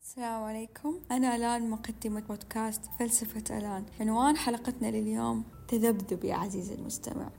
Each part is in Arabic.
السلام عليكم، أنا آلان مقدمة بودكاست فلسفة آلان. عنوان حلقتنا لليوم تذبذب يا عزيزي المستمع.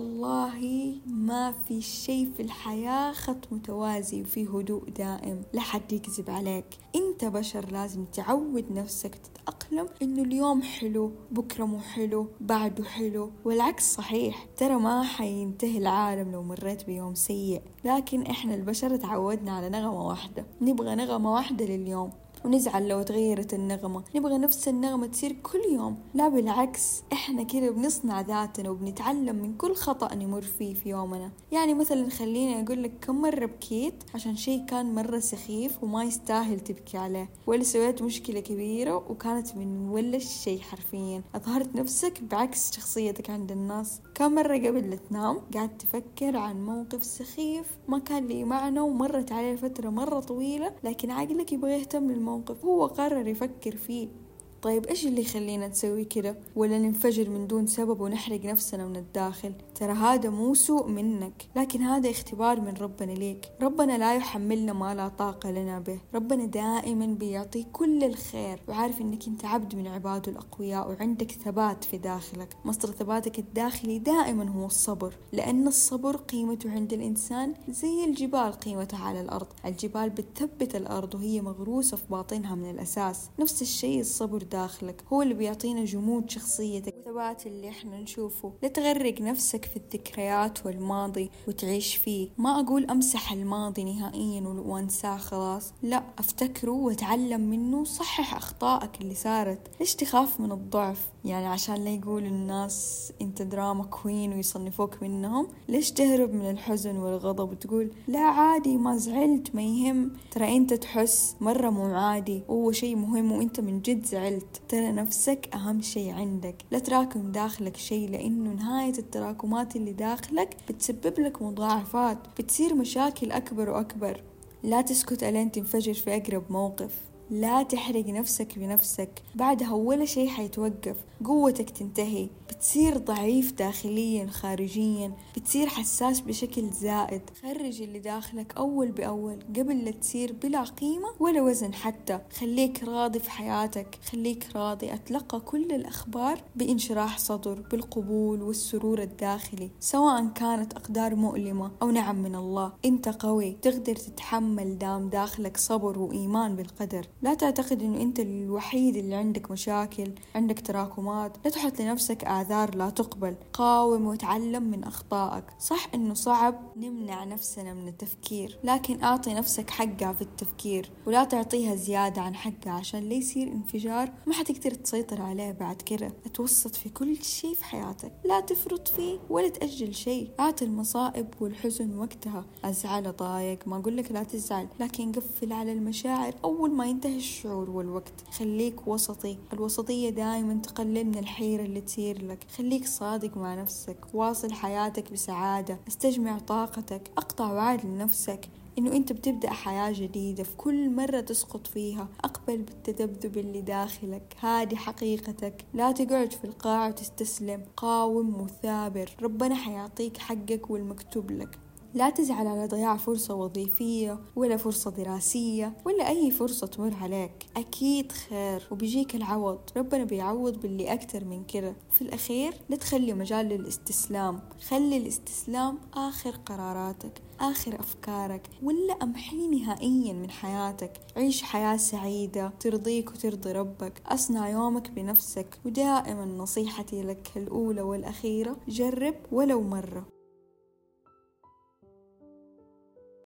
والله ما في شيء في الحياة خط متوازي وفي هدوء دائم، لا حد يكذب عليك. انت بشر، لازم تعود نفسك تتأقلم انه اليوم حلو، بكرة مو حلو، بعده حلو، والعكس صحيح. ترى ما حينتهي العالم لو مريت بيوم سيء، لكن احنا البشر تعودنا على نغمة واحدة، نبغى نغمة واحدة لليوم ونزعل لو تغيرت النغمة، نبغى نفس النغمة تصير كل يوم. لا بالعكس، احنا كده بنصنع ذاتنا وبنتعلم من كل خطأ نمر فيه في يومنا. يعني مثلا خليني اقول لك كم مرة بكيت عشان شيء كان مرة سخيف وما يستاهل تبكي عليه، ولا سويت مشكلة كبيرة وكانت من ولا الشيء حرفيا أظهرت نفسك بعكس شخصيتك عند الناس. كم مرة قبل لا تنام قعدت تفكر عن موقف سخيف ما كان لي معنى ومرت عليه فترة مرة طويلة، لكن عقلك يبغى يهتم للموقف، هو قرر يفكر فيه. طيب إيش اللي يخلينا نسوي كده ولا ننفجر من دون سبب ونحرق نفسنا من الداخل؟ ترى هذا مو سوء منك، لكن هذا اختبار من ربنا ليك. ربنا لا يحملنا ما لا طاقة لنا به، ربنا دائما بيعطيك كل الخير وعارف انك انت عبد من عباده الأقوياء وعندك ثبات في داخلك. مصدر ثباتك الداخلي دائما هو الصبر، لأن الصبر قيمته عند الإنسان زي الجبال قيمتها على الأرض. الجبال بتثبت الأرض وهي مغروسة في باطنها من الأساس. نفس الشيء الصبر داخلك هو اللي بيعطينا جمود شخصيتك وثبات اللي احنا نشوفه. لا تغرق نفسك في الذكريات والماضي وتعيش فيه. ما أقول أمسح الماضي نهائيا وانساه خلاص، لا، أفتكره وأتعلم منه، صحح أخطائك اللي صارت. ليش تخاف من الضعف؟ يعني عشان لا يقول الناس انت دراما كوين ويصنفوك منهم؟ ليش تهرب من الحزن والغضب وتقول لا عادي ما زعلت ما يهم؟ ترى انت تحس مرة مو عادي، هو شيء مهم وانت من جد زعلت. ترى نفسك أهم شيء عندك، لا تراكم داخلك شيء، لأنه نهاية التراكمات اللي داخلك بتسبب لك مضاعفات، بتصير مشاكل أكبر وأكبر. لا تسكت ألين تنفجر في أقرب موقف، لا تحرق نفسك بنفسك، بعدها ولا شيء حيتوقف، قوتك تنتهي، بتصير ضعيف داخليا خارجيا، بتصير حساس بشكل زائد. خرج اللي داخلك أول بأول قبل لا تصير بلا قيمة ولا وزن حتى. خليك راضي في حياتك، خليك راضي. أتلقى كل الأخبار بانشراح صدر، بالقبول والسرور الداخلي، سواء كانت أقدار مؤلمة أو نعم من الله. أنت قوي، تقدر تتحمل دام داخلك صبر وإيمان بالقدر. لا تعتقد انه انت الوحيد اللي عندك مشاكل، عندك تراكمات. لا تحط لنفسك اعذار لا تقبل. قاوم وتعلم من اخطائك. صح انه صعب نمنع نفسنا من التفكير، لكن اعطي نفسك حقها في التفكير، ولا تعطيها زيادة عن حقها عشان لا يصير انفجار ما حتقدر تسيطر عليه بعد كده. اتوسط في كل شيء في حياتك، لا تفرط فيه ولا تأجل شيء. اعطي المصائب والحزن وقتها. ازعل اضايق، ما اقول لك لا تزعل، لكن قفل على المشاعر اول ما ينتهي الشعور والوقت. خليك وسطي، الوسطية دائما تقلل من الحيرة اللي تصير لك. خليك صادق مع نفسك، واصل حياتك بسعادة، استجمع طاقتك. اقطع وعد لنفسك انه انت بتبدأ حياة جديدة في كل مرة تسقط فيها. اقبل بالتذبذب اللي داخلك، هذه حقيقتك. لا تقعد في القاع وتستسلم، قاوم وثابر، ربنا حيعطيك حقك والمكتوب لك. لا تزعل على ضياع فرصة وظيفية ولا فرصة دراسية ولا أي فرصة تمر عليك، أكيد خير وبيجيك العوض. ربنا بيعوض باللي أكتر من كده. في الأخير لا تخلي مجال للاستسلام، خلي الاستسلام آخر قراراتك، آخر أفكارك، ولا أمحي نهائيا من حياتك. عيش حياة سعيدة ترضيك وترضي ربك. أصنع يومك بنفسك، ودائما نصيحتي لك الأولى والأخيرة، جرب ولو مرة.